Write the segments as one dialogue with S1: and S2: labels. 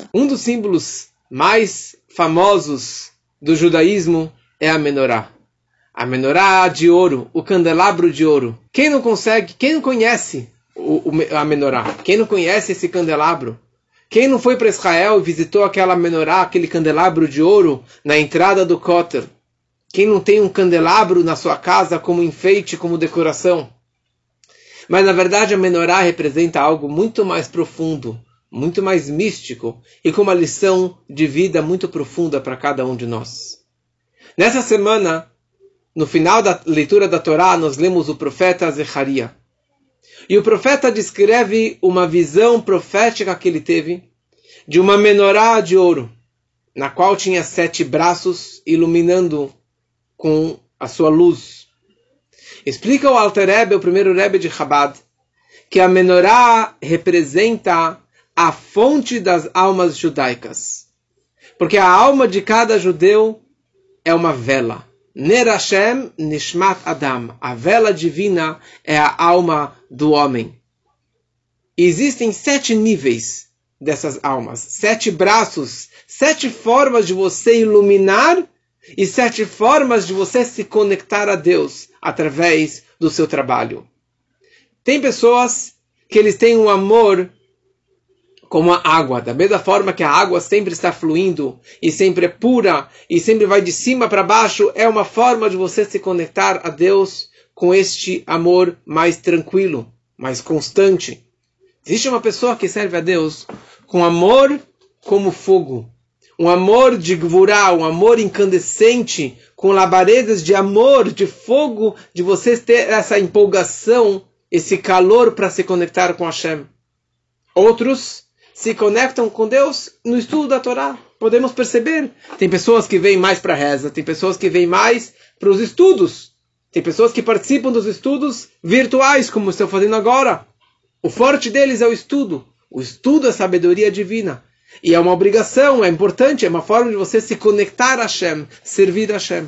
S1: Um dos símbolos mais famosos do judaísmo é a menorá. A menorá de ouro, o candelabro de ouro. Quem não conhece a menorá? Quem não conhece esse candelabro? Quem não foi para Israel e visitou aquela menorá, aquele candelabro de ouro na entrada do Kotel? Quem não tem um candelabro na sua casa como enfeite, como decoração? Mas na verdade a menorá representa algo muito mais profundo, muito mais místico e com uma lição de vida muito profunda para cada um de nós. Nessa semana, no final da leitura da Torá, nós lemos o profeta Zecharia. E o profeta descreve uma visão profética que ele teve de uma menorá de ouro, na qual tinha 7 braços iluminando com a sua luz. Explica o Alter Rebbe, o primeiro Rebbe de Chabad, que a menorá representa a fonte das almas judaicas. Porque a alma de cada judeu é uma vela. Ner Hashem Nishmat Adam. A vela divina é a alma do homem. E existem 7 níveis dessas almas. 7 braços, 7 formas de você iluminar e 7 formas de você se conectar a Deus através do seu trabalho. Tem pessoas que eles têm um amor como a água, da mesma forma que a água sempre está fluindo e sempre é pura e sempre vai de cima para baixo, é uma forma de você se conectar a Deus com este amor mais tranquilo, mais constante. Existe uma pessoa que serve a Deus com amor como fogo, um amor de gvurá, um amor incandescente, com labaredas de amor, de fogo, de você ter essa empolgação, esse calor para se conectar com Hashem. Outros se conectam com Deus no estudo da Torá. Podemos perceber. Tem pessoas que vêm mais para a reza, tem pessoas que vêm mais para os estudos. Tem pessoas que participam dos estudos virtuais, como estou fazendo agora. O forte deles é o estudo. O estudo é sabedoria divina. E é uma obrigação, é importante, é uma forma de você se conectar a Hashem, servir a Hashem.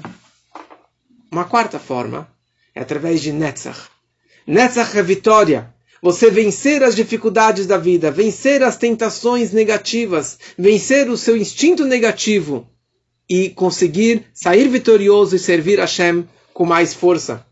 S1: Uma quarta forma é através de Netzach. Netzach é vitória. Você vencer as dificuldades da vida, vencer as tentações negativas, vencer o seu instinto negativo e conseguir sair vitorioso e servir a Hashem com mais força.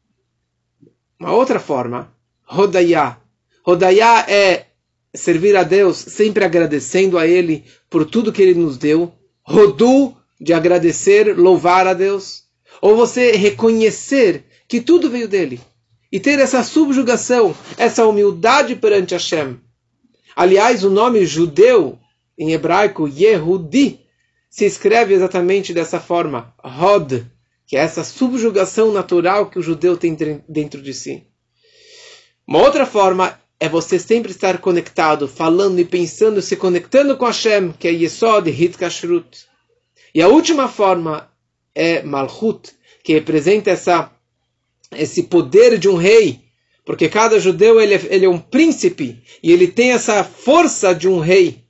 S1: Uma outra forma, Hodayá. Hodayá é servir a Deus sempre agradecendo a Ele por tudo que Ele nos deu. Hodu, de agradecer, louvar a Deus. Ou você reconhecer que tudo veio dele. E ter essa subjugação, essa humildade perante Hashem. Aliás, o nome judeu, em hebraico, Yehudi, se escreve exatamente dessa forma. Hod, que é essa subjugação natural que o judeu tem dentro de si. Uma outra forma é você sempre estar conectado, falando e pensando, se conectando com Hashem, que é Yesod Hit Kashrut. E a última forma é Malchut, que representa esse poder de um rei, porque cada judeu ele é um príncipe e ele tem essa força de um rei.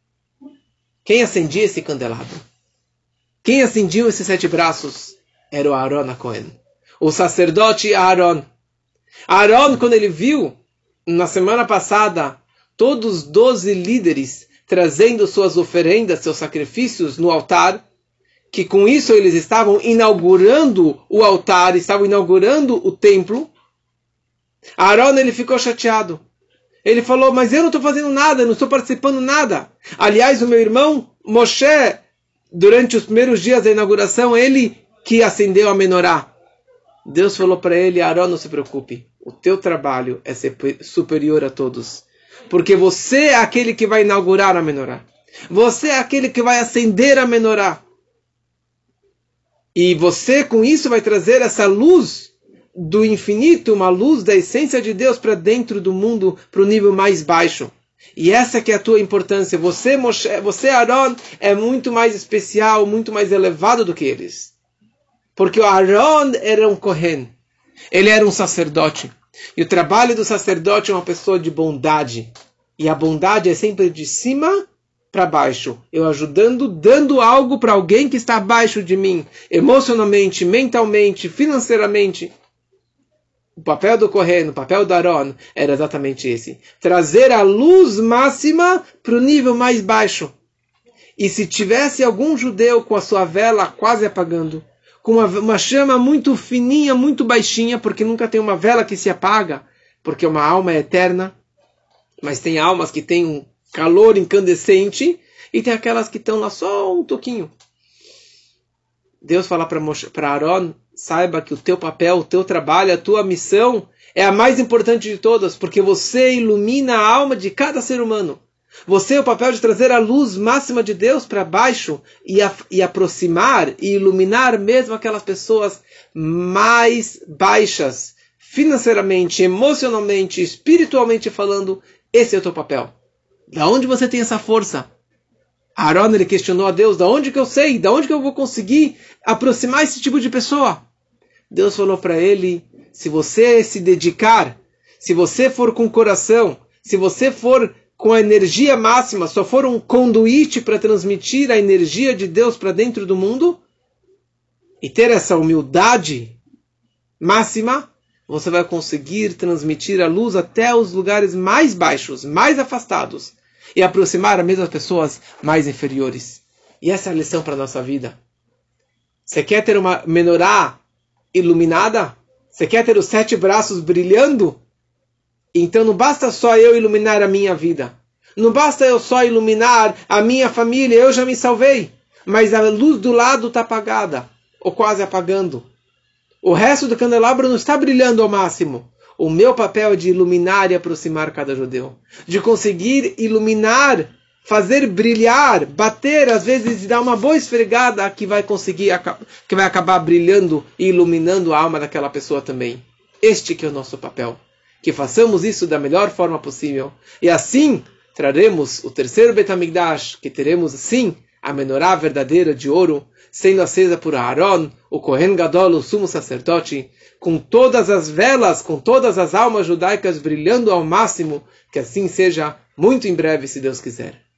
S1: Quem acendia esse candelabro? Quem acendia esses 7 braços? Era o Aaron HaKohen, o sacerdote Aaron. Aaron, quando ele viu na semana passada todos os 12 líderes trazendo suas oferendas, seus sacrifícios no altar, que com isso eles estavam inaugurando o altar, estavam inaugurando o templo, Aaron ele ficou chateado. Ele falou, mas eu não estou fazendo nada, não estou participando nada. Aliás, o meu irmão Moshe, durante os primeiros dias da inauguração, ele que acendeu a menorá. Deus falou para ele, Aaron, não se preocupe, o teu trabalho é ser superior a todos. Porque você é aquele que vai inaugurar a menorá. Você é aquele que vai acender a menorá. E você, com isso, vai trazer essa luz do infinito, uma luz da essência de Deus para dentro do mundo, para o nível mais baixo. E essa que é a tua importância. Você, Moshe, você, Aaron, é muito mais especial, muito mais elevado do que eles. Porque o Aaron era um Kohen. Ele era um sacerdote. E o trabalho do sacerdote é uma pessoa de bondade. E a bondade é sempre de cima para baixo, eu ajudando, dando algo para alguém que está abaixo de mim, emocionalmente, mentalmente, financeiramente. O papel do Kohen, o papel do Aaron, era exatamente esse. Trazer a luz máxima para o nível mais baixo. E se tivesse algum judeu com a sua vela quase apagando, com uma chama muito fininha, muito baixinha, porque nunca tem uma vela que se apaga, porque uma alma é eterna, mas tem almas que têm um calor incandescente, e tem aquelas que estão lá só um toquinho. Deus fala para Aaron, saiba que o teu papel, o teu trabalho, a tua missão é a mais importante de todas, porque você ilumina a alma de cada ser humano. Você é o papel de trazer a luz máxima de Deus para baixo e aproximar e iluminar mesmo aquelas pessoas mais baixas, financeiramente, emocionalmente, espiritualmente falando. Esse é o teu papel. Da onde você tem essa força? Aaron, ele questionou a Deus, da onde que eu sei? Da onde que eu vou conseguir aproximar esse tipo de pessoa? Deus falou para ele, se você se dedicar, se você for com o coração, se você for com a energia máxima, só for um conduíte para transmitir a energia de Deus para dentro do mundo, e ter essa humildade máxima, você vai conseguir transmitir a luz até os lugares mais baixos, mais afastados, e aproximar as mesmas pessoas mais inferiores. E essa é a lição para a nossa vida. Você quer ter uma menorá iluminada? Você quer ter os 7 braços brilhando? Então não basta só eu iluminar a minha vida. Não basta eu só iluminar a minha família, eu já me salvei. Mas a luz do lado está apagada, ou quase apagando. O resto do candelabro não está brilhando ao máximo. O meu papel é de iluminar e aproximar cada judeu. De conseguir iluminar, fazer brilhar, bater, às vezes dar uma boa esfregada que vai acabar brilhando e iluminando a alma daquela pessoa também. Este que é o nosso papel. Que façamos isso da melhor forma possível. E assim traremos o terceiro Beit HaMikdash, que teremos sim a menorá verdadeira de ouro, sendo acesa por Aaron, o Kohen Gadol, o sumo sacerdote, com todas as velas, com todas as almas judaicas brilhando ao máximo, que assim seja muito em breve, se Deus quiser.